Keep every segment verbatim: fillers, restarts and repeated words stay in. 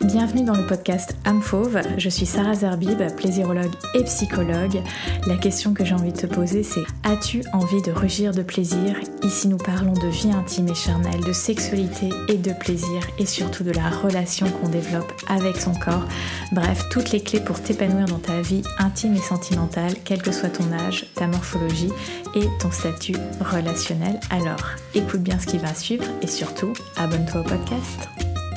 Bienvenue dans le podcast âme fauve, je suis Sarah Zerbib, plaisirologue et psychologue. La question que j'ai envie de te poser c'est: as-tu envie de rugir de plaisir? Ici nous parlons de vie intime et charnelle, de sexualité et de plaisir et surtout de la relation qu'on développe avec son corps. Bref, toutes les clés pour t'épanouir dans ta vie intime et sentimentale, quel que soit ton âge, ta morphologie et ton statut relationnel. Alors, écoute bien ce qui va suivre et surtout, abonne-toi au podcast.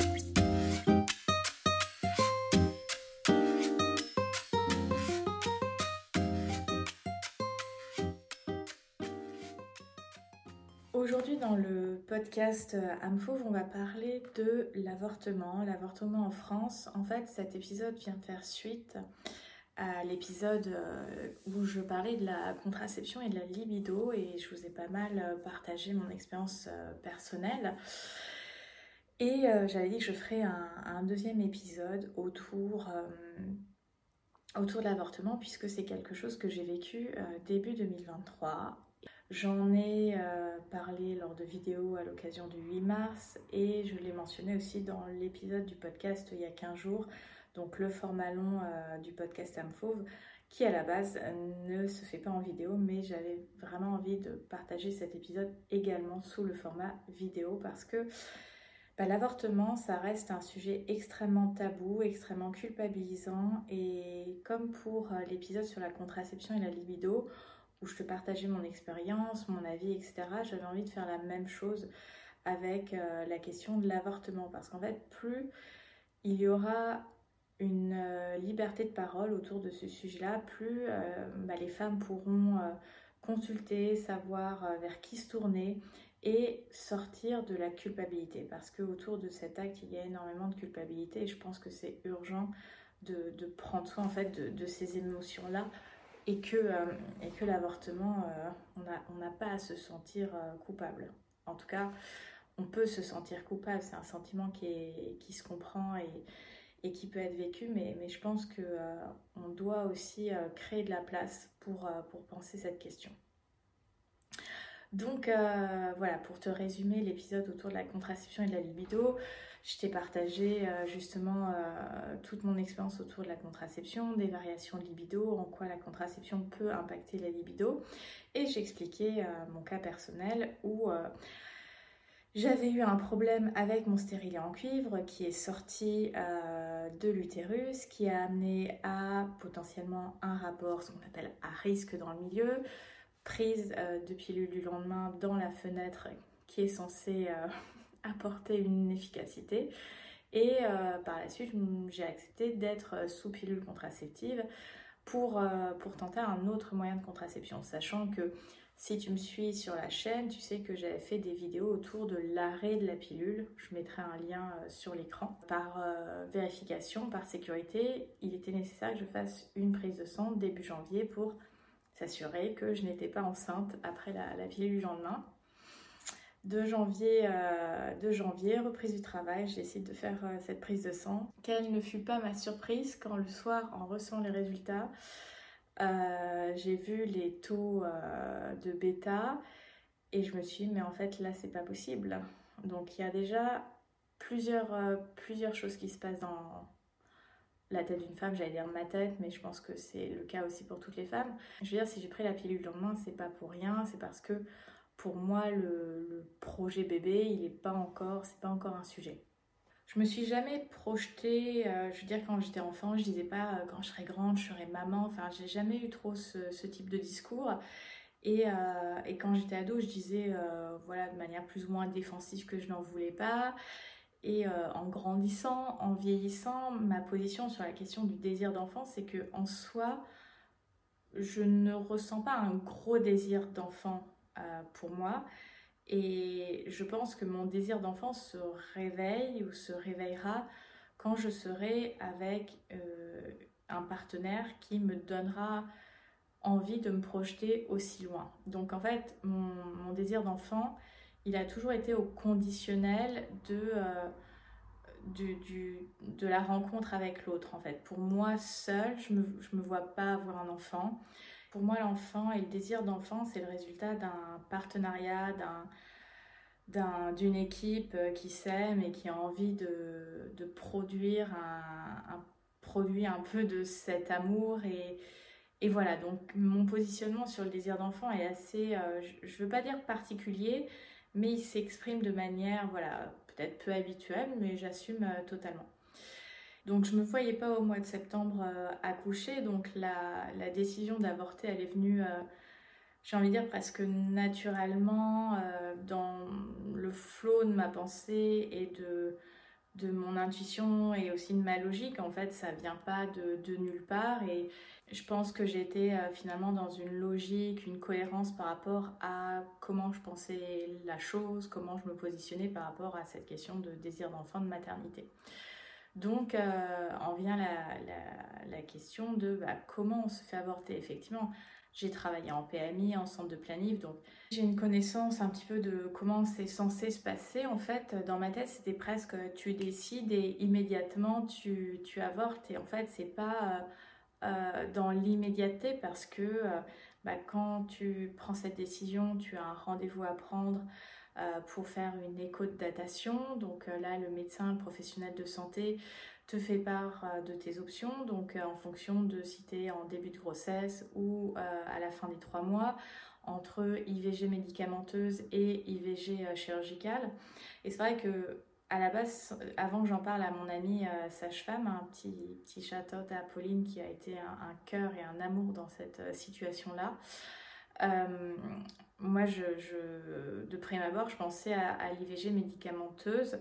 Aujourd'hui dans le podcast âme fauve, on va parler de l'avortement, l'avortement en France. En fait, cet épisode vient faire suite à l'épisode où je parlais de la contraception et de la libido et je vous ai pas mal partagé mon expérience personnelle. Et j'avais dit que je ferais un, un deuxième épisode autour, euh, autour de l'avortement puisque c'est quelque chose que j'ai vécu euh, début deux mille vingt-trois. J'en ai euh, parlé lors de vidéos à l'occasion du huit mars et je l'ai mentionné aussi dans l'épisode du podcast il y a quinze jours, donc le format long euh, du podcast âme fauve, qui à la base ne se fait pas en vidéo, mais j'avais vraiment envie de partager cet épisode également sous le format vidéo parce que bah, l'avortement, ça reste un sujet extrêmement tabou, extrêmement culpabilisant et comme pour euh, l'épisode sur la contraception et la libido, où je te partageais mon expérience, mon avis, et cetera, j'avais envie de faire la même chose avec euh, la question de l'avortement. Parce qu'en fait, plus il y aura une euh, liberté de parole autour de ce sujet-là, plus euh, bah, les femmes pourront euh, consulter, savoir euh, vers qui se tourner et sortir de la culpabilité. Parce qu'autour de cet acte, il y a énormément de culpabilité et je pense que c'est urgent de, de prendre soin en fait, de, de ces émotions-là. Et que, euh, et que l'avortement, euh, on n'a on n'a pas à se sentir euh, coupable. En tout cas, on peut se sentir coupable, c'est un sentiment qui, est, qui se comprend et, et qui peut être vécu, mais, mais je pense qu'on euh, doit aussi euh, créer de la place pour, euh, pour penser cette question. Donc euh, voilà, pour te résumer l'épisode autour de la contraception et de la libido, je t'ai partagé euh, justement euh, toute mon expérience autour de la contraception, des variations de libido, en quoi la contraception peut impacter la libido. Et j'ai expliqué euh, mon cas personnel où euh, j'avais eu un problème avec mon stérilet en cuivre qui est sorti euh, de l'utérus, qui a amené à potentiellement un rapport, ce qu'on appelle à risque dans le milieu, prise euh, de pilule du lendemain dans la fenêtre qui est censée euh, apporter une efficacité. Et euh, par la suite, j'ai accepté d'être sous pilule contraceptive pour, euh, pour tenter un autre moyen de contraception. Sachant que si tu me suis sur la chaîne, tu sais que j'avais fait des vidéos autour de l'arrêt de la pilule. Je mettrai un lien euh, sur l'écran. Par euh, vérification, par sécurité, il était nécessaire que je fasse une prise de sang début janvier pour s'assurer que je n'étais pas enceinte après la, la pilule du lendemain. De janvier, euh, de janvier, reprise du travail, je décide de faire euh, cette prise de sang. Quelle ne fut pas ma surprise quand le soir, en recevant les résultats, euh, j'ai vu les taux euh, de bêta et je me suis dit, mais en fait là, c'est pas possible. Donc il y a déjà plusieurs, euh, plusieurs choses qui se passent dans la tête d'une femme, j'allais dire ma tête, mais je pense que c'est le cas aussi pour toutes les femmes. Je veux dire, si j'ai pris la pilule le lendemain, c'est pas pour rien, c'est parce que pour moi, le, le projet bébé, il est pas encore, c'est pas encore un sujet. Je me suis jamais projetée, euh, je veux dire, quand j'étais enfant, je disais pas euh, quand je serai grande, je serai maman, enfin, j'ai jamais eu trop ce, ce type de discours. Et, euh, et quand j'étais ado, je disais, euh, voilà, de manière plus ou moins défensive que je n'en voulais pas. Et euh, en grandissant, en vieillissant, ma position sur la question du désir d'enfant, c'est que en soi, je ne ressens pas un gros désir d'enfant euh, pour moi. Et je pense que mon désir d'enfant se réveille ou se réveillera quand je serai avec euh, un partenaire qui me donnera envie de me projeter aussi loin. Donc en fait, mon, mon désir d'enfant, il a toujours été au conditionnel de... Euh, Du, du, de la rencontre avec l'autre en fait. Pour moi seule, je me, je me vois pas avoir un enfant. Pour moi l'enfant et le désir d'enfant c'est le résultat d'un partenariat, d'un, d'un, d'une équipe qui s'aime et qui a envie de, de produire un, un produit un peu de cet amour. Et, et voilà, donc mon positionnement sur le désir d'enfant est assez, euh, je ne veux pas dire particulier, mais il s'exprime de manière, voilà, peut-être peu habituelle, mais j'assume euh, totalement. Donc je ne me voyais pas au mois de septembre euh, accoucher, donc la, la décision d'avorter, elle est venue, euh, j'ai envie de dire presque naturellement, euh, dans le flot de ma pensée et de, de mon intuition et aussi de ma logique. En fait, ça vient pas de, de nulle part, et je pense que j'étais euh, finalement dans une logique, une cohérence par rapport à comment je pensais la chose, comment je me positionnais par rapport à cette question de désir d'enfant, de maternité. Donc, euh, en vient la, la, la question de bah, comment on se fait avorter. Effectivement, j'ai travaillé en P M I, en centre de planif, donc j'ai une connaissance un petit peu de comment c'est censé se passer. En fait, dans ma tête, c'était presque tu décides et immédiatement tu, tu avortes. Et en fait, c'est pas euh, euh, dans l'immédiateté, parce que euh, bah, quand tu prends cette décision, tu as un rendez-vous à prendre euh, pour faire une écho de datation. Donc euh, là, le médecin, le professionnel de santé te fait part euh, de tes options, donc euh, en fonction de si tu es en début de grossesse ou euh, à la fin des trois mois, entre I V G médicamenteuse et I V G euh, chirurgicale. Et c'est vrai que à la base, avant que j'en parle à mon amie euh, sage-femme, un petit, petit shout-out à Pauline qui a été un, un cœur et un amour dans cette euh, situation-là. Euh, moi, je, je, de prime abord, je pensais à, à l'I V G médicamenteuse.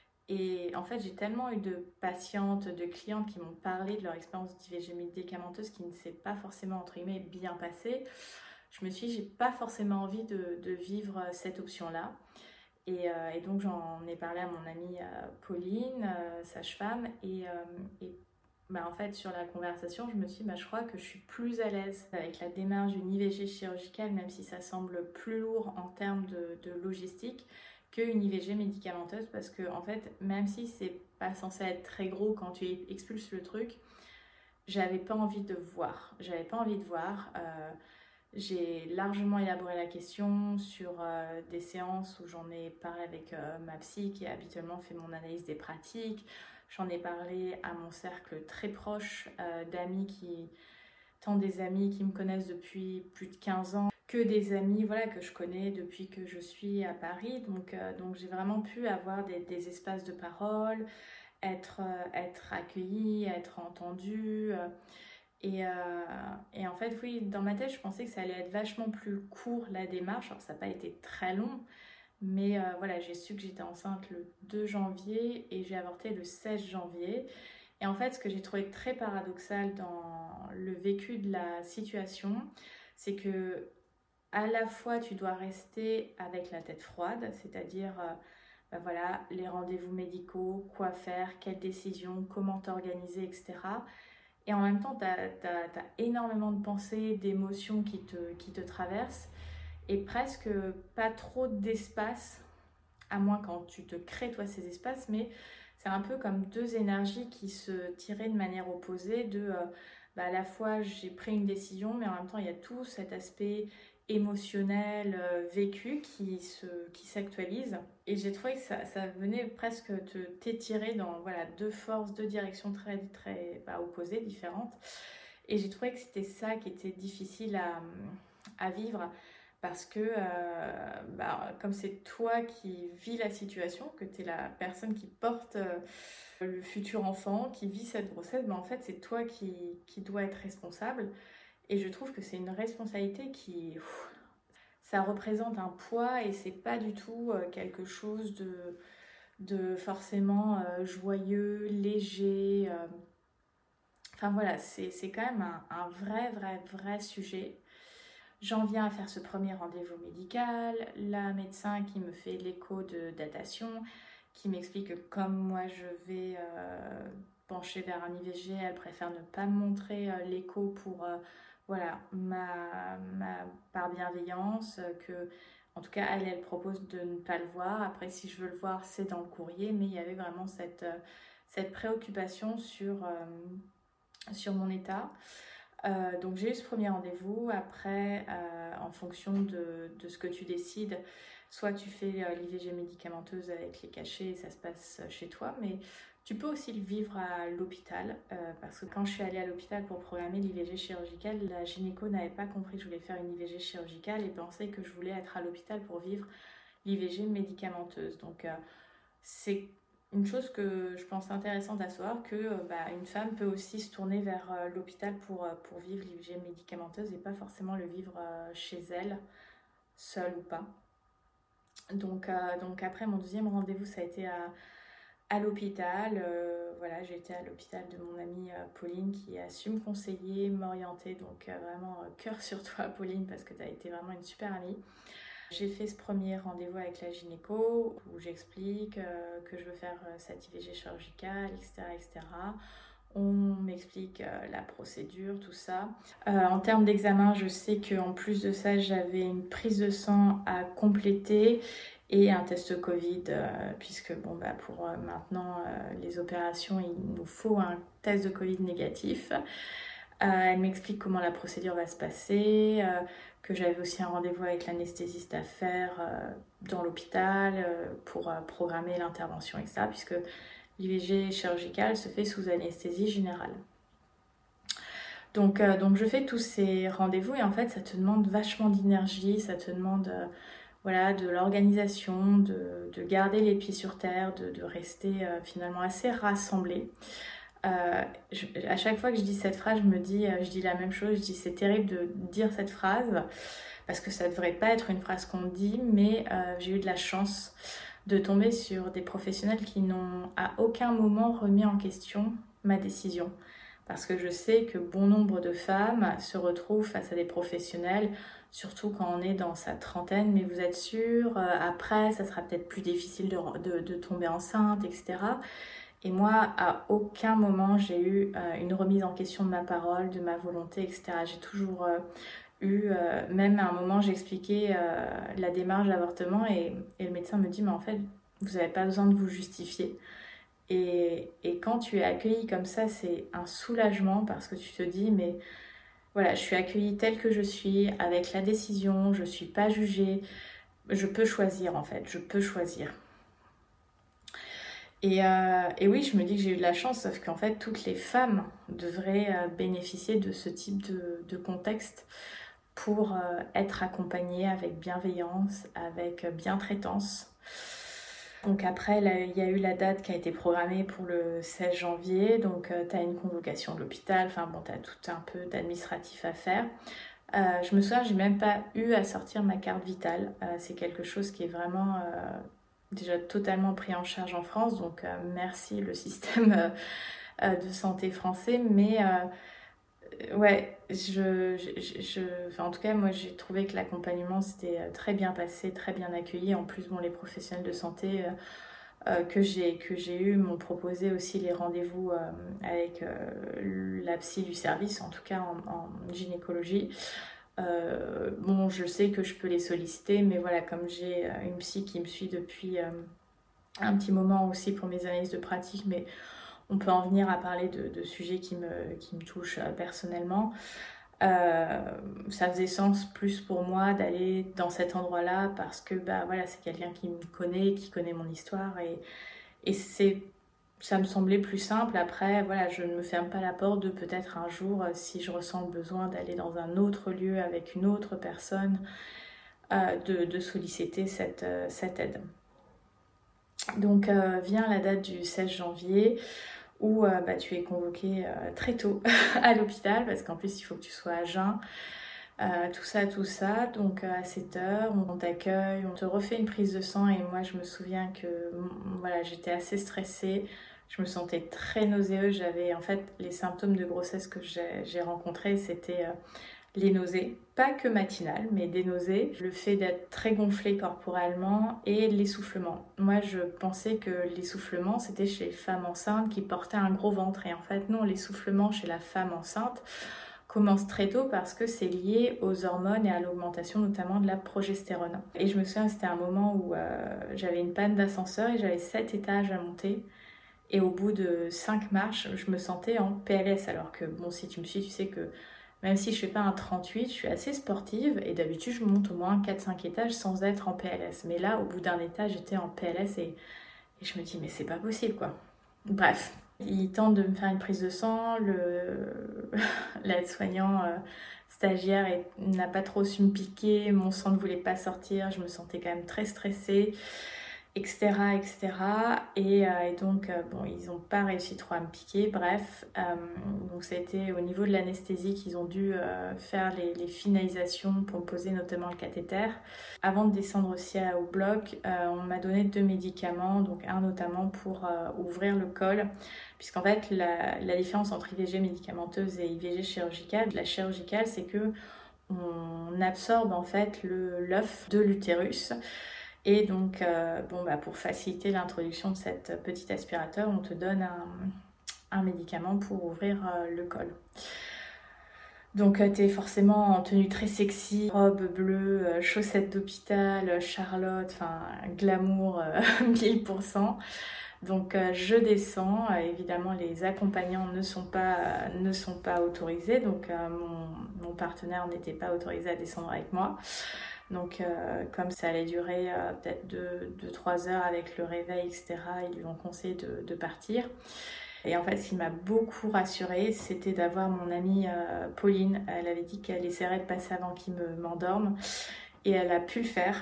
Et en fait, j'ai tellement eu de patientes, de clientes qui m'ont parlé de leur expérience d'I V G médicamenteuse qui ne s'est pas forcément, entre guillemets, bien passée. Je me suis dit, j'ai pas forcément envie de, de vivre cette option-là. Et, euh, et donc, j'en ai parlé à mon amie euh, Pauline, euh, sage-femme. Et, euh, et bah, en fait, sur la conversation, je me suis dit, bah, je crois que je suis plus à l'aise avec la démarche d'une I V G chirurgicale, même si ça semble plus lourd en termes de, de logistique, qu'une I V G médicamenteuse, parce que en fait, même si c'est pas censé être très gros quand tu expulses le truc, j'avais pas envie de voir. J'avais pas envie de voir. Euh, j'ai largement élaboré la question sur euh, des séances où j'en ai parlé avec euh, ma psy qui a habituellement fait mon analyse des pratiques. J'en ai parlé à mon cercle très proche euh, d'amis qui, tant des amis qui me connaissent depuis plus de quinze ans, que des amis voilà, que je connais depuis que je suis à Paris. Donc, euh, donc j'ai vraiment pu avoir des, des espaces de parole, être, euh, être accueillie, être entendue. Euh, et, euh, et en fait, oui, dans ma tête, je pensais que ça allait être vachement plus court la démarche. Alors, ça n'a pas été très long, mais euh, voilà, j'ai su que j'étais enceinte le deux janvier et j'ai avorté le seize janvier. Et en fait, ce que j'ai trouvé très paradoxal dans le vécu de la situation, c'est que à la fois tu dois rester avec la tête froide, c'est-à-dire euh, ben voilà, les rendez-vous médicaux, quoi faire, quelles décisions, comment t'organiser, et cetera. Et en même temps, tu as, t'as, t'as énormément de pensées, d'émotions qui te, qui te traversent, et presque pas trop d'espace, à moins quand tu te crées toi ces espaces, mais c'est un peu comme deux énergies qui se tiraient de manière opposée, de euh, bah, à la fois j'ai pris une décision, mais en même temps il y a tout cet aspect émotionnel, euh, vécu qui, se, qui s'actualise. Et j'ai trouvé que ça, ça venait presque te t'étirer dans voilà, deux forces, deux directions très, très bah, opposées, différentes. Et j'ai trouvé que c'était ça qui était difficile à, à vivre, parce que euh, bah, comme c'est toi qui vis la situation, que tu es la personne qui porte euh, le futur enfant, qui vit cette grossesse, bah, en fait c'est toi qui, qui dois être responsable. Et je trouve que c'est une responsabilité qui... Ouf, ça représente un poids, et c'est pas du tout euh, quelque chose de, de forcément euh, joyeux, léger. Euh. Enfin voilà, c'est, c'est quand même un, un vrai, vrai, vrai sujet. J'en viens à faire ce premier rendez-vous médical, la médecin qui me fait l'écho de datation, qui m'explique que comme moi je vais euh, pencher vers un I V G, elle préfère ne pas me montrer euh, l'écho pour euh, voilà, ma, ma, par bienveillance, euh, que en tout cas elle, elle propose de ne pas le voir. Après si je veux le voir c'est dans le courrier, mais il y avait vraiment cette, euh, cette préoccupation sur, euh, sur mon état. Euh, donc j'ai eu ce premier rendez-vous. Après, euh, en fonction de, de ce que tu décides, soit tu fais l'I V G médicamenteuse avec les cachets et ça se passe chez toi, mais tu peux aussi le vivre à l'hôpital, euh, parce que quand je suis allée à l'hôpital pour programmer l'I V G chirurgicale, la gynéco n'avait pas compris que je voulais faire une I V G chirurgicale et pensait que je voulais être à l'hôpital pour vivre l'I V G médicamenteuse. Donc euh, c'est une chose que je pense intéressante à savoir, que euh, bah, une femme peut aussi se tourner vers euh, l'hôpital pour, euh, pour vivre l'I V G médicamenteuse et pas forcément le vivre euh, chez elle, seule ou pas. Donc, euh, donc après mon deuxième rendez-vous, ça a été à, à l'hôpital. Euh, voilà, j'ai été à l'hôpital de mon amie euh, Pauline qui a su me conseiller, m'orienter. Donc euh, vraiment, euh, cœur sur toi Pauline, parce que tu as été vraiment une super amie. J'ai fait ce premier rendez-vous avec la gynéco où j'explique euh, que je veux faire euh, cette I V G chirurgicale, et cetera et cetera. On m'explique euh, la procédure, tout ça. Euh, en termes d'examen, je sais qu'en plus de ça, j'avais une prise de sang à compléter et un test Covid, euh, puisque bon, bah, pour euh, maintenant euh, les opérations, il nous faut un test de Covid négatif. Euh, elle m'explique comment la procédure va se passer, euh, que j'avais aussi un rendez-vous avec l'anesthésiste à faire euh, dans l'hôpital euh, pour euh, programmer l'intervention, et cetera, puisque l'I V G chirurgicale se fait sous anesthésie générale. Donc, euh, donc je fais tous ces rendez-vous et en fait ça te demande vachement d'énergie, ça te demande euh, voilà, de l'organisation, de, de garder les pieds sur terre, de, de rester euh, finalement assez rassemblé. Euh, je, à chaque fois que je dis cette phrase, je me dis, euh, je dis la même chose, je dis c'est terrible de dire cette phrase parce que ça devrait pas être une phrase qu'on dit, mais euh, j'ai eu de la chance de tomber sur des professionnels qui n'ont à aucun moment remis en question ma décision. Parce que je sais que bon nombre de femmes se retrouvent face à des professionnels, surtout quand on est dans sa trentaine, mais vous êtes sûr, euh, après ça sera peut-être plus difficile de, de, de tomber enceinte, et cetera. Et moi, à aucun moment, j'ai eu euh, une remise en question de ma parole, de ma volonté, et cetera. J'ai toujours euh, eu, euh, même à un moment, j'expliquais euh, la démarche d'avortement et, et le médecin me dit, mais en fait, vous n'avez pas besoin de vous justifier. Et, et quand tu es accueillie comme ça, c'est un soulagement parce que tu te dis, mais voilà, je suis accueillie telle que je suis, avec la décision, je ne suis pas jugée, je peux choisir en fait, je peux choisir. Et, euh, et oui, je me dis que j'ai eu de la chance, sauf qu'en fait, toutes les femmes devraient euh, bénéficier de ce type de, de contexte pour euh, être accompagnées avec bienveillance, avec bientraitance. Donc après, là, il y a eu la date qui a été programmée pour le seize janvier, donc euh, tu as une convocation de l'hôpital, enfin bon, tu as tout un peu d'administratif à faire. Euh, je me souviens, j'ai même pas eu à sortir ma carte vitale. Euh, c'est quelque chose qui est vraiment euh, déjà totalement pris en charge en France, donc euh, merci le système euh, euh, de santé français. Mais euh, ouais, je, je, je, enfin, en tout cas, moi j'ai trouvé que l'accompagnement s'était très bien passé, très bien accueilli. En plus, bon, les professionnels de santé euh, euh, que j'ai que j'ai eu m'ont proposé aussi les rendez-vous euh, avec euh, la psy du service, en tout cas en, en gynécologie. Euh, bon, je sais que je peux les solliciter, mais voilà, comme j'ai une psy qui me suit depuis euh, un petit moment aussi pour mes analyses de pratique, mais on peut en venir à parler de, de sujets qui me, qui me touchent euh, personnellement. Euh, ça faisait sens plus pour moi d'aller dans cet endroit-là parce que bah, voilà, c'est quelqu'un qui me connaît, qui connaît mon histoire et, et c'est, ça me semblait plus simple. Après, voilà, je ne me ferme pas la porte de peut-être un jour, si je ressens le besoin d'aller dans un autre lieu avec une autre personne, euh, de, de solliciter cette, euh, cette aide. Donc euh, vient la date du seize janvier où euh, bah, tu es convoqué euh, très tôt à l'hôpital parce qu'en plus il faut que tu sois à jeun. Euh, tout ça, tout ça, donc euh, à sept heures, on t'accueille, on te refait une prise de sang et moi je me souviens que voilà, j'étais assez stressée, je me sentais très nauséeuse, j'avais en fait les symptômes de grossesse que j'ai, j'ai rencontrés, c'était euh, les nausées, pas que matinales, mais des nausées, le fait d'être très gonflé corporellement et l'essoufflement. Moi je pensais que l'essoufflement c'était chez les femmes enceintes qui portaient un gros ventre et en fait non, l'essoufflement chez la femme enceinte commence très tôt parce que c'est lié aux hormones et à l'augmentation notamment de la progestérone. Et je me souviens, c'était un moment où euh, j'avais une panne d'ascenseur et j'avais sept étages à monter. Et au bout de cinq marches, je me sentais en P L S. Alors que, bon, si tu me suis, tu sais que Même si je fais pas un trente-huit, je suis assez sportive et d'habitude je monte au moins quatre cinq étages sans être en P L S. Mais là, au bout d'un étage, j'étais en P L S et, et je me dis mais c'est pas possible quoi. Bref, il tente de me faire une prise de sang, le l'aide-soignant euh, stagiaire n'a pas trop su me piquer, mon sang ne voulait pas sortir, je me sentais quand même très stressée, et cetera et cetera. Et, euh, et donc, euh, bon, ils n'ont pas réussi trop à me piquer, bref. Euh, donc, ça a été au niveau de l'anesthésie qu'ils ont dû euh, faire les, les finalisations pour poser notamment le cathéter. Avant de descendre aussi à, au bloc, euh, on m'a donné deux médicaments, donc un notamment pour euh, ouvrir le col, puisqu'en fait, la, la différence entre I V G médicamenteuse et I V G chirurgicale, la chirurgicale, c'est que on absorbe en fait le, l'œuf de l'utérus. Et donc, euh, bon, bah, pour faciliter l'introduction de cette petite aspirateur, on te donne un, un médicament pour ouvrir euh, le col. Donc, euh, tu es forcément en tenue très sexy, robe bleue, euh, chaussettes d'hôpital, Charlotte, enfin, glamour euh, mille pour cent. Donc, euh, je descends. Euh, évidemment, les accompagnants ne sont pas, euh, ne sont pas autorisés. Donc, euh, mon, mon partenaire n'était pas autorisé à descendre avec moi. Donc, euh, comme ça allait durer euh, peut-être deux trois heures avec le réveil, et cetera, ils lui ont conseillé de, de partir. Et en fait, ce qui m'a beaucoup rassurée, c'était d'avoir mon amie euh, Pauline. Elle avait dit qu'elle essaierait de passer avant qu'il me, m'endorme. Et elle a pu le faire.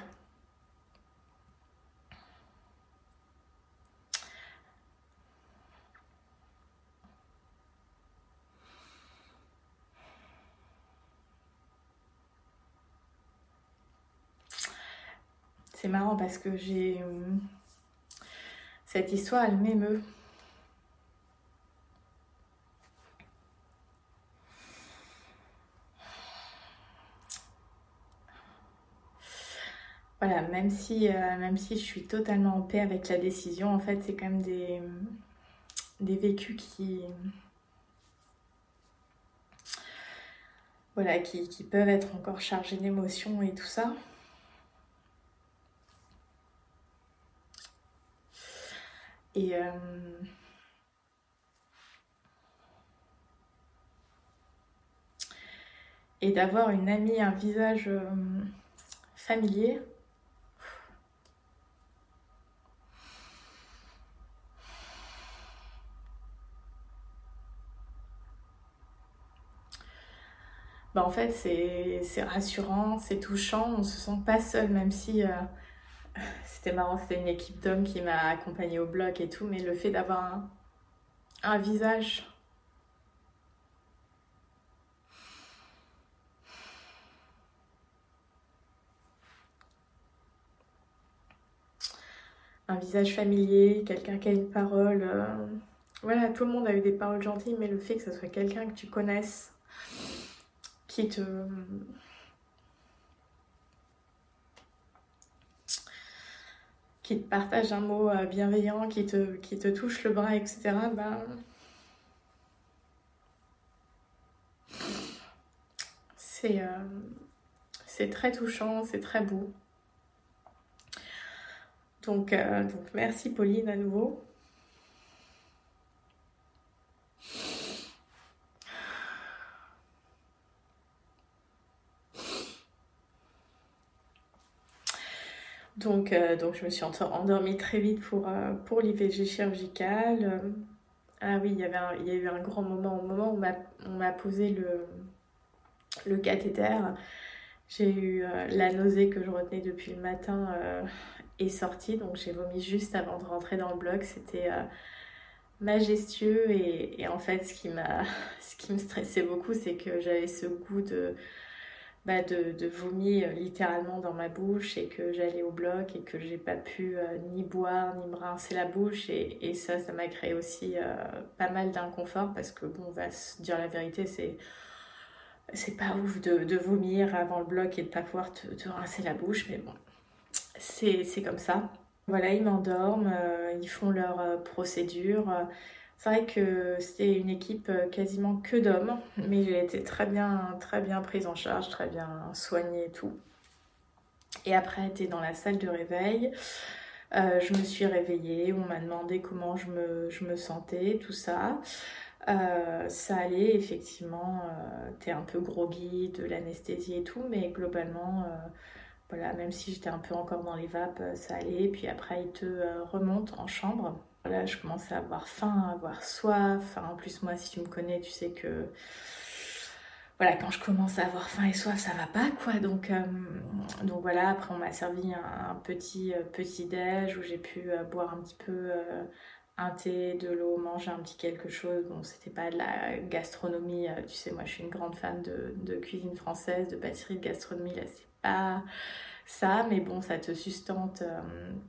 C'est marrant parce que j'ai... Cette histoire, elle m'émeut. Voilà, même si, euh, même si je suis totalement en paix avec la décision, en fait, c'est quand même des, des vécus qui... Voilà, qui, qui peuvent être encore chargés d'émotions et tout ça. Et... Euh... Et d'avoir une amie, un visage euh, familier. Bah en fait, c'est, c'est rassurant, c'est touchant, on se sent pas seul, même si euh, c'était marrant, c'était une équipe d'hommes qui m'a accompagnée au bloc et tout, mais le fait d'avoir un, un visage... un visage familier, quelqu'un qui a une parole... euh, Voilà, tout le monde a eu des paroles gentilles, mais le fait que ce soit quelqu'un que tu connaisses, qui te... qui te partage un mot euh, bienveillant, qui te, qui te touche le bras, et cetera, bah... C'est, euh, c'est très touchant, c'est très beau. Donc, euh, donc merci Pauline à nouveau. Donc, euh, donc je me suis endormie très vite pour, euh, pour l'I V G chirurgicale. Ah oui, il y, avait un, il y a eu un grand moment, au moment où on m'a posé le, le cathéter. J'ai eu euh, la nausée que je retenais depuis le matin euh, est sortie, donc j'ai vomi juste avant de rentrer dans le bloc. C'était euh, majestueux et, et en fait ce qui m'a, ce qui me stressait beaucoup, c'est que j'avais ce goût de, bah, de, de vomi euh, littéralement dans ma bouche et que j'allais au bloc et que j'ai pas pu euh, ni boire ni me rincer la bouche et, et ça, ça m'a créé aussi euh, pas mal d'inconfort parce que bon, on va se dire la vérité, c'est c'est pas ouf de, de vomir avant le bloc et de pas pouvoir te, te rincer la bouche, mais bon, c'est, c'est comme ça. Voilà, ils m'endorment, euh, ils font leur euh, procédure. C'est vrai que c'était une équipe euh, quasiment que d'hommes, mais j'ai été très bien, très bien prise en charge, très bien soignée et tout. Et après, j'étais dans la salle de réveil. Euh, je me suis réveillée, on m'a demandé comment je me, je me sentais, tout ça. Euh, ça allait, effectivement, euh, t'es un peu groggy, de l'anesthésie et tout, mais globalement, euh, voilà, même si j'étais un peu encore dans les vapes, euh, ça allait. Puis après, il te euh, remonte en chambre. Voilà, je commençais à avoir faim, à avoir soif. Enfin, en plus, moi, si tu me connais, tu sais que voilà, quand je commence à avoir faim et soif, ça va pas, quoi. Donc, euh, donc voilà, après, on m'a servi un, un petit, euh, petit déj où j'ai pu euh, boire un petit peu euh, un thé, de l'eau, manger un petit quelque chose. Bon, c'était pas de la gastronomie, euh, tu sais, moi, je suis une grande fan de, de cuisine française, de pâtisserie, de gastronomie. Là, c'est pas ça, mais bon, ça te sustente euh,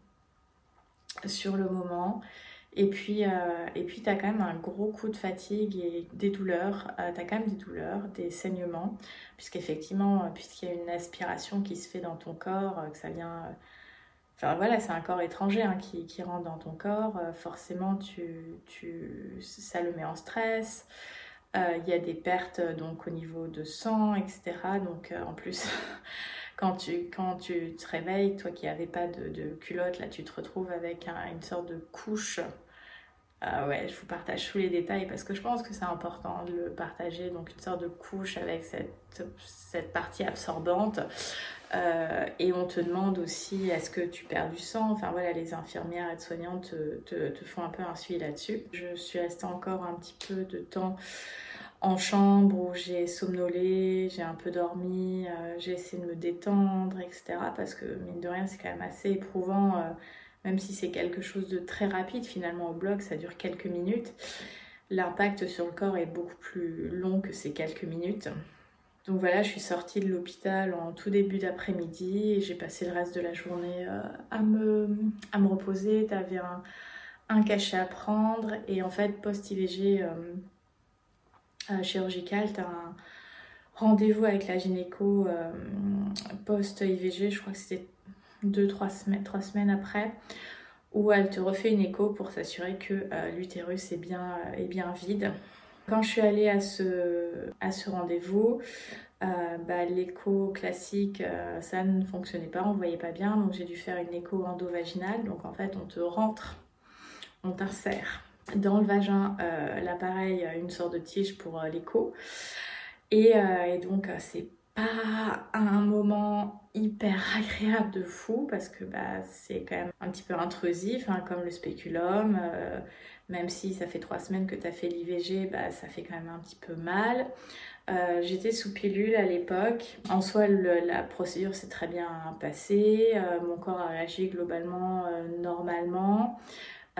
sur le moment. Et puis, euh, et puis tu as quand même un gros coup de fatigue et des douleurs. Euh, tu as quand même des douleurs, des saignements, puisqu'effectivement, euh, puisqu'il y a une aspiration qui se fait dans ton corps, euh, que ça vient. Euh, Enfin voilà, c'est un corps étranger hein, qui, qui rentre dans ton corps. Euh, forcément, tu, tu, ça le met en stress. Euh, Il y a des pertes donc, au niveau de sang, et cetera. Donc euh, en plus, quand tu, quand tu te réveilles, toi qui n'avais pas de, de culotte, là tu te retrouves avec un- une sorte de couche. Euh, ouais, je vous partage tous les détails parce que je pense que c'est important de le partager. Donc une sorte de couche avec cette, cette partie absorbante. Euh, et on te demande aussi est-ce que tu perds du sang. Enfin voilà, les infirmières aides-soignantes te, te, te font un peu un suivi là-dessus. Je suis restée encore un petit peu de temps en chambre où j'ai somnolé, j'ai un peu dormi, euh, j'ai essayé de me détendre, et cetera. Parce que mine de rien, c'est quand même assez éprouvant, euh, même si c'est quelque chose de très rapide finalement au bloc, ça dure quelques minutes. L'impact sur le corps est beaucoup plus long que ces quelques minutes. Donc voilà, je suis sortie de l'hôpital en tout début d'après-midi et j'ai passé le reste de la journée euh, à, me, à me reposer. T'avais un, un cachet à prendre et en fait, post-I V G euh, euh, chirurgical, t'as un rendez-vous avec la gynéco euh, post-I V G, je crois que c'était deux, trois semaines, trois semaines après, où elle te refait une écho pour s'assurer que euh, l'utérus est bien, est bien vide. Quand je suis allée à ce, à ce rendez-vous, euh, bah, l'écho classique, euh, ça ne fonctionnait pas, on ne voyait pas bien, donc j'ai dû faire une écho endovaginale. Donc en fait, on te rentre, on t'insère dans le vagin euh, l'appareil, une sorte de tige pour euh, l'écho. Et, euh, et donc, euh, c'est pas un moment hyper agréable de fou parce que bah, c'est quand même un petit peu intrusif, hein, comme le spéculum. Euh, même si ça fait trois semaines que tu as fait l'I V G, bah, ça fait quand même un petit peu mal. Euh, j'étais sous pilule à l'époque. En soi, le, la procédure s'est très bien passée. Euh, mon corps a réagi globalement euh, normalement. Euh,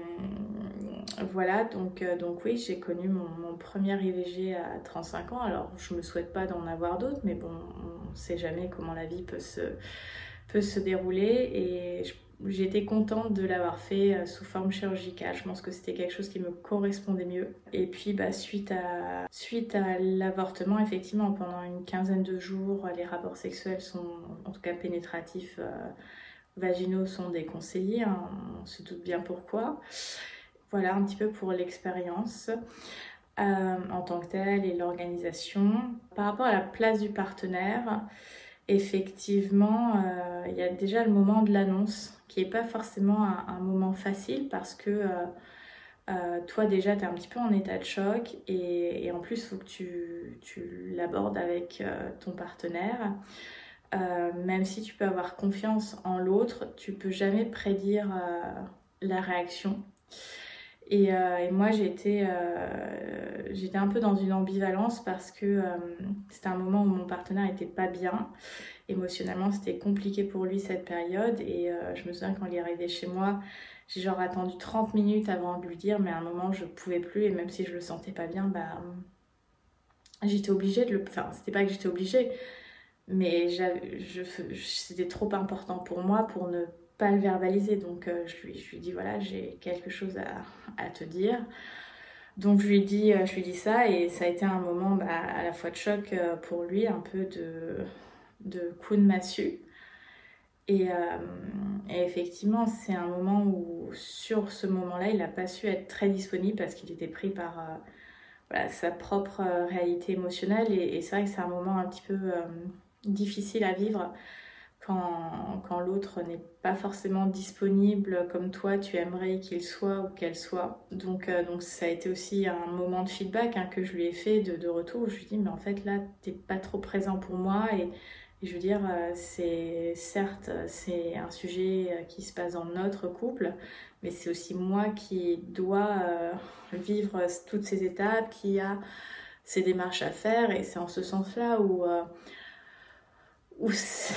voilà, donc, euh, donc oui, j'ai connu mon, mon premier I V G à trente-cinq ans. Alors, je ne me souhaite pas d'en avoir d'autres, mais bon, on ne sait jamais comment la vie peut se, peut se dérouler. Et je J'étais contente de l'avoir fait sous forme chirurgicale. Je pense que c'était quelque chose qui me correspondait mieux. Et puis, bah, suite à, suite à l'avortement, effectivement, pendant une quinzaine de jours, les rapports sexuels sont, en tout cas pénétratifs, euh, vaginaux sont déconseillés. Hein. On se doute bien pourquoi. Voilà un petit peu pour l'expérience euh, en tant que telle et l'organisation. Par rapport à la place du partenaire, effectivement, euh, il y a déjà le moment de l'annonce qui n'est pas forcément un, un moment facile parce que euh, euh, toi déjà tu es un petit peu en état de choc et, et en plus il faut que tu, tu l'abordes avec euh, ton partenaire. Euh, même si tu peux avoir confiance en l'autre, tu peux jamais prédire euh, la réaction. Et, euh, et moi j'étais euh, j'étais un peu dans une ambivalence parce que euh, c'était un moment où mon partenaire était pas bien. Émotionnellement, c'était compliqué pour lui cette période. Et euh, je me souviens quand il est arrivé chez moi, j'ai genre attendu trente minutes avant de lui dire, mais à un moment, je pouvais plus. Et même si je le sentais pas bien, bah, j'étais obligée de le... Enfin, c'était pas que j'étais obligée, mais je... c'était trop important pour moi pour ne pas le verbaliser. Donc, euh, je, lui... je lui dis, voilà, j'ai quelque chose à, à te dire. Donc, je lui dis, je lui dis ça. Et ça a été un moment bah, à la fois de choc pour lui, un peu de, de coup de massue. Et, euh, et effectivement, c'est un moment où, sur ce moment-là, il n'a pas su être très disponible parce qu'il était pris par euh, voilà, sa propre euh, réalité émotionnelle. Et, et c'est vrai que c'est un moment un petit peu euh, difficile à vivre quand, quand l'autre n'est pas forcément disponible comme toi tu aimerais qu'il soit ou qu'elle soit. Donc, euh, donc ça a été aussi un moment de feedback hein, que je lui ai fait de, de retour. Je lui ai dit mais en fait là t'es pas trop présent pour moi et, et je veux dire euh, c'est certes c'est un sujet qui se passe dans notre couple, mais c'est aussi moi qui dois euh, vivre toutes ces étapes, qui a ces démarches à faire, et c'est en ce sens-là où euh, où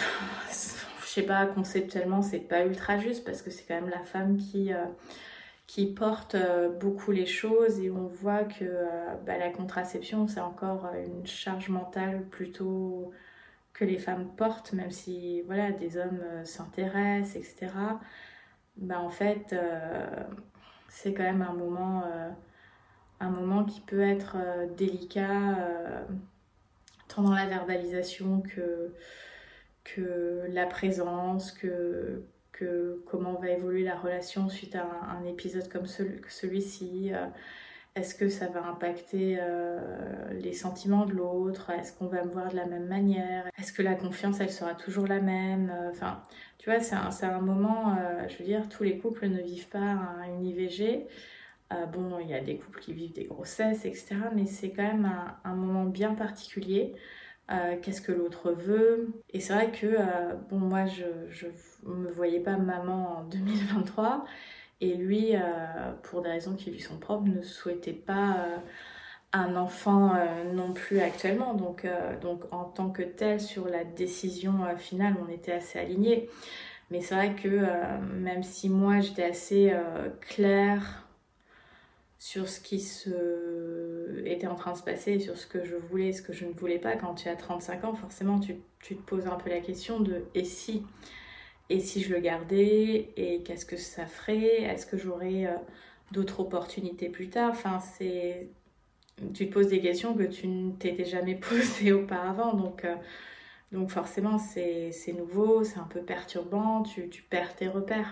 je sais pas, conceptuellement c'est pas ultra juste parce que c'est quand même la femme qui euh, qui porte euh, beaucoup les choses, et on voit que euh, bah, la contraception c'est encore une charge mentale plutôt que les femmes portent, même si voilà des hommes euh, s'intéressent, etc. Bah en fait euh, c'est quand même un moment euh, un moment qui peut être euh, délicat euh, tant dans la verbalisation que que la présence, que, que comment va évoluer la relation suite à un, un épisode comme celui, celui-ci. Euh, est-ce que ça va impacter euh, les sentiments de l'autre? Est-ce qu'on va me voir de la même manière? Est-ce que la confiance, elle sera toujours la même? Enfin, tu vois, c'est un, c'est un moment, euh, je veux dire, tous les couples ne vivent pas une I V G. Euh, bon, il y a des couples qui vivent des grossesses, et cetera. Mais c'est quand même un, un moment bien particulier. Euh, qu'est-ce que l'autre veut. Et c'est vrai que, euh, bon, moi, je ne me voyais pas maman en deux mille vingt-trois. Et lui, euh, pour des raisons qui lui sont propres, ne souhaitait pas euh, un enfant euh, non plus actuellement. Donc, euh, donc, en tant que tel, sur la décision euh, finale, on était assez alignés. Mais c'est vrai que euh, même si moi, j'étais assez euh, claire sur ce qui se était en train de se passer, et sur ce que je voulais et ce que je ne voulais pas, quand tu as trente-cinq ans, forcément tu, tu te poses un peu la question de et si et si je le gardais, et qu'est-ce que ça ferait, est-ce que j'aurais euh, d'autres opportunités plus tard. Enfin, c'est tu te poses des questions que tu ne t'étais jamais posées auparavant, donc euh, donc forcément c'est, c'est nouveau, c'est un peu perturbant, tu, tu perds tes repères.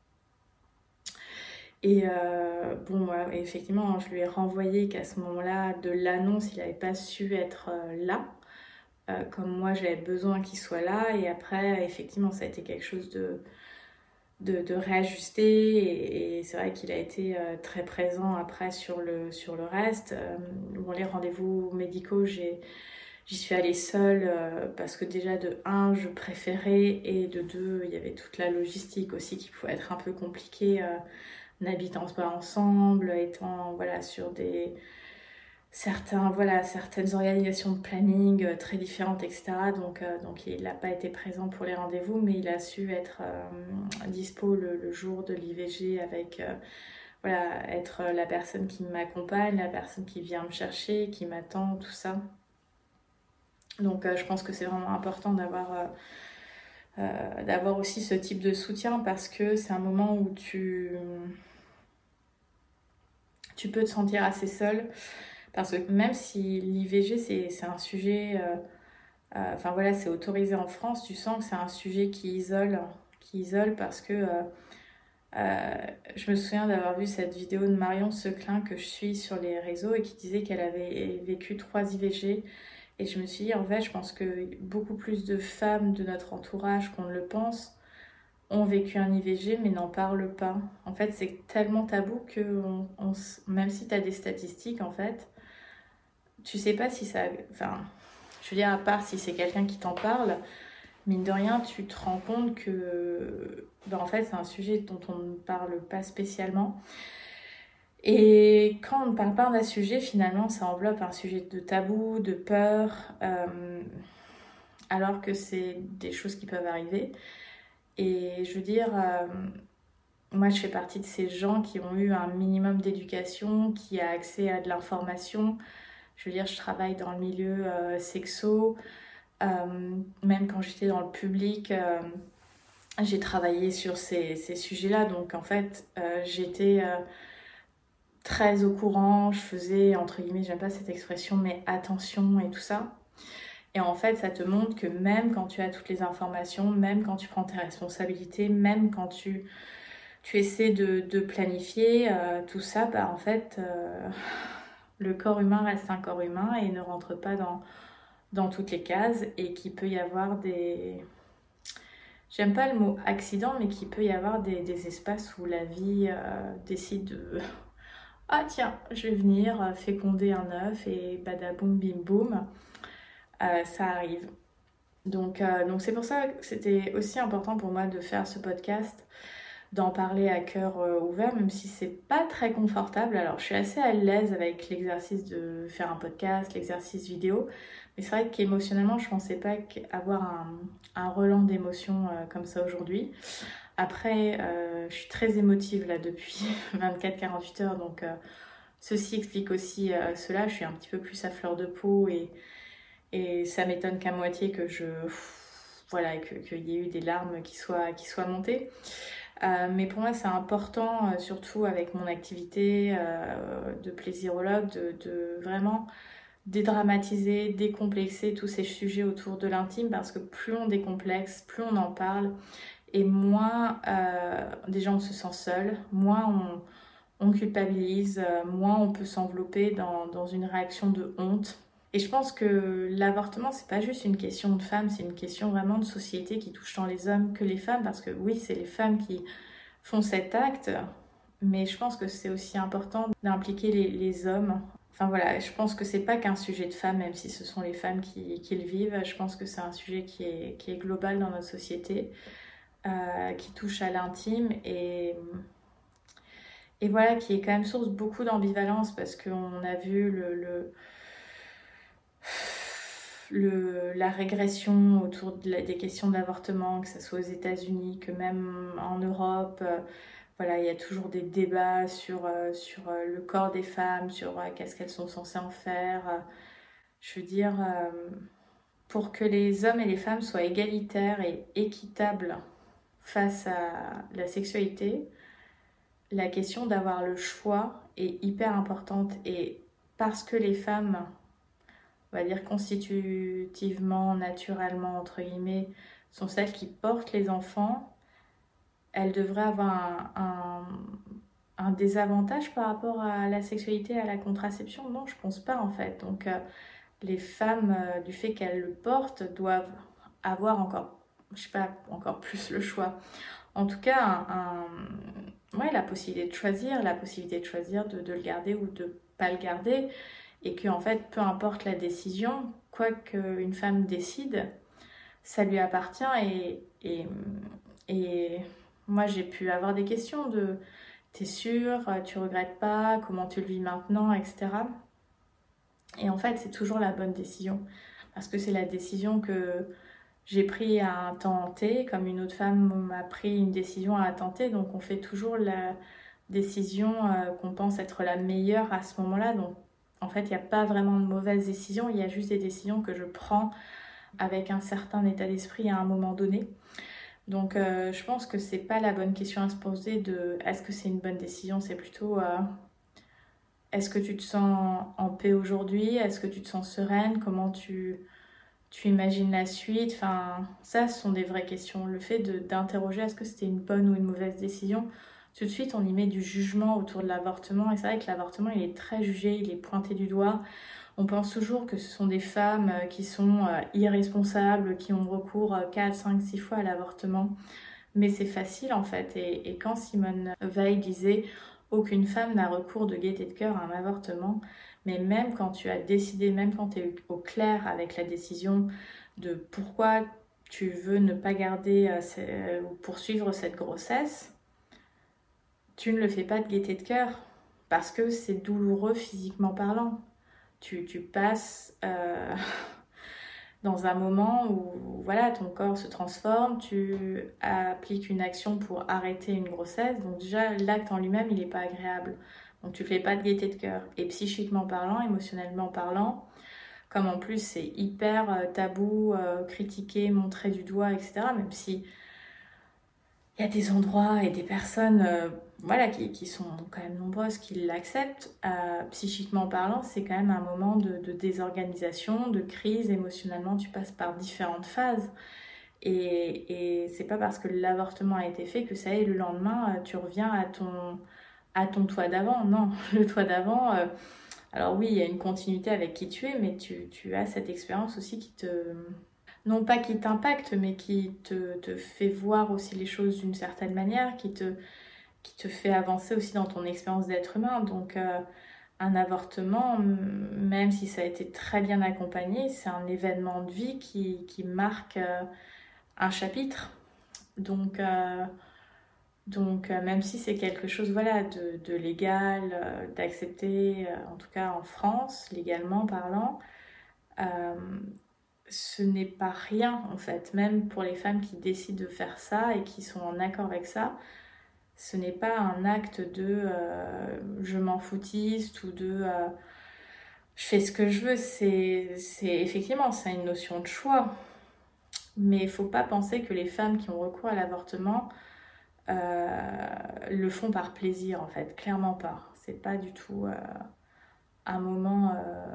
Et euh, bon, moi, effectivement, je lui ai renvoyé qu'à ce moment-là de l'annonce, il n'avait pas su être euh, là, euh, comme moi j'avais besoin qu'il soit là. Et après, effectivement, ça a été quelque chose de, de, de réajuster. Et, et c'est vrai qu'il a été euh, très présent après sur le, sur le reste. Euh, bon, les rendez-vous médicaux, j'ai, j'y suis allée seule euh, parce que déjà, de un, je préférais, et de deux, il y avait toute la logistique aussi qui pouvait être un peu compliquée. Euh, n'habitant pas ensemble, étant voilà, sur des certains, voilà, certaines organisations de planning euh, très différentes, et cetera. Donc, euh, donc il n'a pas été présent pour les rendez-vous, mais il a su être euh, dispo le, le jour de l'I V G avec euh, voilà, être la personne qui m'accompagne, la personne qui vient me chercher, qui m'attend, tout ça. Donc euh, je pense que c'est vraiment important d'avoir euh, euh, d'avoir aussi ce type de soutien, parce que c'est un moment où tu tu peux te sentir assez seule, parce que même si l'I V G c'est, c'est un sujet, euh, euh, enfin voilà, c'est autorisé en France, tu sens que c'est un sujet qui isole, qui isole parce que euh, euh, je me souviens d'avoir vu cette vidéo de Marion Seclin que je suis sur les réseaux, et qui disait qu'elle avait vécu trois I V G. Et je me suis dit, en fait, je pense que beaucoup plus de femmes de notre entourage qu'on ne le pense ont vécu un I V G mais n'en parlent pas. En fait, c'est tellement tabou que on, on, même si tu as des statistiques, en fait, tu sais pas si ça... Enfin, je veux dire, à part si c'est quelqu'un qui t'en parle, mine de rien, tu te rends compte que... Ben, en fait, c'est un sujet dont on ne parle pas spécialement. Et quand on ne parle pas d'un sujet, finalement, ça enveloppe un sujet de tabou, de peur, euh, alors que c'est des choses qui peuvent arriver. Et je veux dire, euh, moi je fais partie de ces gens qui ont eu un minimum d'éducation, qui a accès à de l'information. Je veux dire, je travaille dans le milieu euh, sexo, euh, même quand j'étais dans le public, euh, j'ai travaillé sur ces, ces sujets-là. Donc en fait, euh, j'étais euh, très au courant, je faisais, entre guillemets, j'aime pas cette expression, mais attention et tout ça. Et en fait, ça te montre que même quand tu as toutes les informations, même quand tu prends tes responsabilités, même quand tu, tu essaies de, de planifier euh, tout ça, bah en fait, euh, le corps humain reste un corps humain et ne rentre pas dans, dans toutes les cases, et qu'il peut y avoir des, j'aime pas le mot accident, mais qu'il peut y avoir des, des espaces où la vie euh, décide de ah tiens, je vais venir euh, féconder un œuf et badaboum bim boum, euh, ça arrive. Donc euh, donc c'est pour ça que c'était aussi important pour moi de faire ce podcast, d'en parler à cœur euh, ouvert, même si c'est pas très confortable. Alors je suis assez à l'aise avec l'exercice de faire un podcast, l'exercice vidéo, mais c'est vrai qu'émotionnellement je pensais pas avoir un, un relan d'émotions euh, comme ça aujourd'hui. Après, euh, je suis très émotive là depuis vingt-quatre à quarante-huit heures, donc euh, ceci explique aussi euh, cela. Je suis un petit peu plus à fleur de peau et, et ça m'étonne qu'à moitié que je. Voilà, que- qu'il y ait eu des larmes qui soient, qui soient montées. Euh, mais pour moi, c'est important, euh, surtout avec mon activité euh, de plaisirologue, de, de vraiment dédramatiser, décomplexer tous ces sujets autour de l'intime, parce que plus on décomplexe, plus on en parle, et moins euh, déjà on se sent seul, moins on, on culpabilise, euh, moins on peut s'envelopper dans, dans une réaction de honte. Et je pense que l'avortement, c'est pas juste une question de femmes, c'est une question vraiment de société qui touche tant les hommes que les femmes, parce que oui, c'est les femmes qui font cet acte, mais je pense que c'est aussi important d'impliquer les, les hommes. Enfin voilà, je pense que c'est pas qu'un sujet de femmes, même si ce sont les femmes qui, qui le vivent. Je pense que c'est un sujet qui est, qui est global dans notre société, euh, qui touche à l'intime et, et voilà, qui est quand même source beaucoup d'ambivalence parce qu'on a vu le, le, le, la régression autour de la, des questions d'avortement, que ce soit aux États-Unis, que même en Europe. Euh, voilà, il y a toujours des débats sur, euh, sur euh, le corps des femmes, sur euh, qu'est-ce qu'elles sont censées en faire. Euh, je veux dire, euh, pour que les hommes et les femmes soient égalitaires et équitables face à la sexualité, la question d'avoir le choix est hyper importante. Et parce que les femmes, on va dire constitutivement, naturellement, entre guillemets, sont celles qui portent les enfants, elles devraient avoir un, un, un désavantage par rapport à la sexualité, à la contraception. Non, je pense pas en fait. Donc euh, les femmes, euh, du fait qu'elles le portent, doivent avoir encore, je sais pas, encore plus le choix. En tout cas, un, un- ouais, la possibilité de choisir, la possibilité de choisir de, de le garder ou de pas le garder, et que en fait, peu importe la décision, quoi qu'une femme décide, ça lui appartient. Et, et, et moi, j'ai pu avoir des questions de t'es sûre, tu regrettes pas, comment tu le vis maintenant, et cetera. Et en fait, c'est toujours la bonne décision, parce que c'est la décision que j'ai pris à un temps T, comme une autre femme m'a pris une décision à un temps T. Donc on fait toujours la décision euh, qu'on pense être la meilleure à ce moment-là. Donc en fait, il n'y a pas vraiment de mauvaise décision, il y a juste des décisions que je prends avec un certain état d'esprit à un moment donné. Donc euh, je pense que c'est pas la bonne question à se poser de est-ce que c'est une bonne décision, c'est plutôt euh, est-ce que tu te sens en paix aujourd'hui, est-ce que tu te sens sereine, comment tu tu imagines la suite, enfin, ça, ce sont des vraies questions. Le fait de, d'interroger est-ce que c'était une bonne ou une mauvaise décision, tout de suite, on y met du jugement autour de l'avortement. Et c'est vrai que l'avortement, il est très jugé, il est pointé du doigt. On pense toujours que ce sont des femmes qui sont irresponsables, qui ont recours quatre, cinq, six fois à l'avortement. Mais c'est facile, en fait. Et, et quand Simone Veil disait « Aucune femme n'a recours de gaieté de cœur à un avortement », mais même quand tu as décidé, même quand tu es au clair avec la décision de pourquoi tu veux ne pas garder euh, ou poursuivre cette grossesse, tu ne le fais pas de gaieté de cœur parce que c'est douloureux physiquement parlant. Tu, tu passes euh, dans un moment où voilà, ton corps se transforme, tu appliques une action pour arrêter une grossesse, donc déjà l'acte en lui-même il n'est pas agréable. Donc tu ne fais pas de gaieté de cœur. Et psychiquement parlant, émotionnellement parlant, comme en plus c'est hyper euh, tabou, euh, critiqué, montré du doigt, et cetera. Même si il y a des endroits et des personnes euh, voilà, qui, qui sont quand même nombreuses qui l'acceptent, euh, psychiquement parlant, c'est quand même un moment de, de désorganisation, de crise. Émotionnellement, tu passes par différentes phases. Et, et c'est pas parce que l'avortement a été fait que ça y est, le lendemain, tu reviens à ton à ton toi d'avant. Non, le toi d'avant, euh, alors oui, il y a une continuité avec qui tu es, mais tu, tu as cette expérience aussi qui te, non pas qui t'impacte, mais qui te, te fait voir aussi les choses d'une certaine manière, qui te, qui te fait avancer aussi dans ton expérience d'être humain. Donc euh, un avortement, même si ça a été très bien accompagné, c'est un événement de vie qui, qui marque euh, un chapitre. Donc, euh, donc euh, même si c'est quelque chose voilà, de, de légal, euh, d'accepter, euh, en tout cas en France, légalement parlant, euh, ce n'est pas rien en fait. Même pour les femmes qui décident de faire ça et qui sont en accord avec ça, ce n'est pas un acte de euh, je m'en foutiste ou de euh, je fais ce que je veux. C'est, c'est effectivement, c'est une notion de choix. Mais il ne faut pas penser que les femmes qui ont recours à l'avortement euh, le font par plaisir en fait. Clairement pas. C'est pas du tout euh, un moment euh,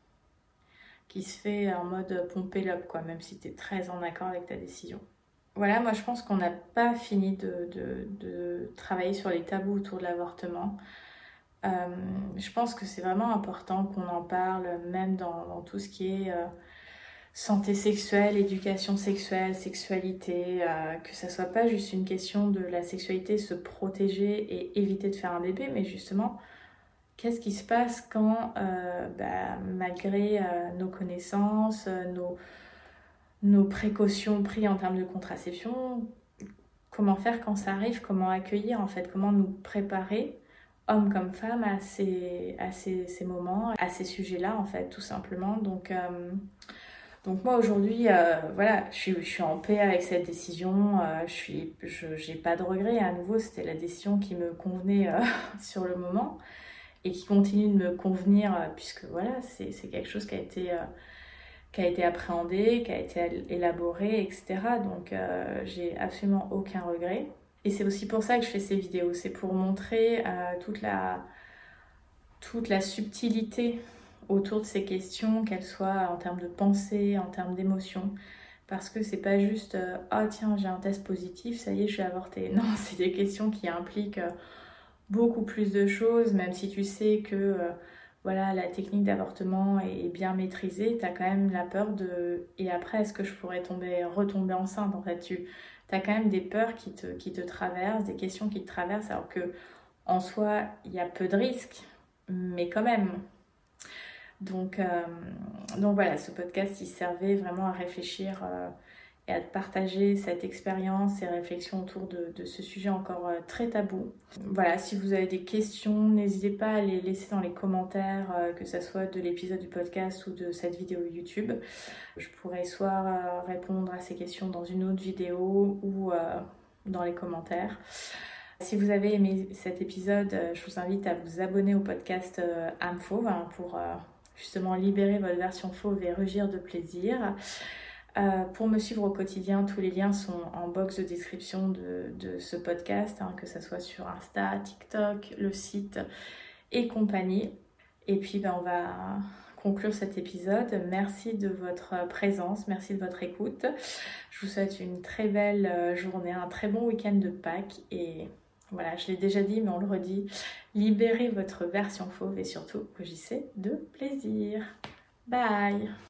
qui se fait en mode pomper l'up, quoi, même si tu es très en accord avec ta décision. Voilà, moi je pense qu'on n'a pas fini de, de, de travailler sur les tabous autour de l'avortement. Euh, je pense que c'est vraiment important qu'on en parle, même dans, dans tout ce qui est euh, santé sexuelle, éducation sexuelle, sexualité, euh, que ça soit pas juste une question de la sexualité, se protéger et éviter de faire un bébé, mais justement, qu'est-ce qui se passe quand, euh, bah, malgré euh, nos connaissances, euh, nos, nos précautions prises en termes de contraception, comment faire quand ça arrive, comment accueillir en fait, comment nous préparer, hommes comme femmes, à ces, à ces, ces moments, à ces sujets-là en fait, tout simplement. Donc, euh, donc moi aujourd'hui, euh, voilà, je suis, je suis en paix avec cette décision, euh, je suis, je, j'ai pas de regrets, à nouveau c'était la décision qui me convenait euh, sur le moment et qui continue de me convenir euh, puisque voilà, c'est, c'est quelque chose qui a été... Euh, qui a été appréhendé, qui a été élaboré, et cetera. Donc euh, j'ai absolument aucun regret. Et c'est aussi pour ça que je fais ces vidéos, c'est pour montrer euh, toute, la, toute la subtilité autour de ces questions, qu'elles soient en termes de pensée, en termes d'émotion. Parce que c'est pas juste euh, oh tiens j'ai un test positif, ça y est je suis avortée. Non, c'est des questions qui impliquent euh, beaucoup plus de choses, même si tu sais que euh, voilà, la technique d'avortement est bien maîtrisée, tu as quand même la peur de et après est-ce que je pourrais tomber, retomber enceinte en fait, tu as quand même des peurs qui te, qui te traversent, des questions qui te traversent alors que en soi il y a peu de risques, mais quand même. Donc, euh, donc voilà, ce podcast il servait vraiment à réfléchir euh, et à partager cette expérience, ces réflexions autour de, de ce sujet encore euh, très tabou. Voilà, si vous avez des questions, n'hésitez pas à les laisser dans les commentaires, euh, que ce soit de l'épisode du podcast ou de cette vidéo YouTube. Je pourrais soit euh, répondre à ces questions dans une autre vidéo ou euh, dans les commentaires. Si vous avez aimé cet épisode, je vous invite à vous abonner au podcast euh, âme fauve hein, pour euh, justement libérer votre version fauve et rugir de plaisir. Euh, pour me suivre au quotidien, tous les liens sont en box de description de, de ce podcast, hein, que ce soit sur Insta, TikTok, le site et compagnie. Et puis ben, on va conclure cet épisode. Merci de votre présence, merci de votre écoute. Je vous souhaite une très belle journée, un très bon week-end de Pâques et voilà, je l'ai déjà dit mais on le redit, libérez votre version fauve et surtout rugissez de plaisir. Bye!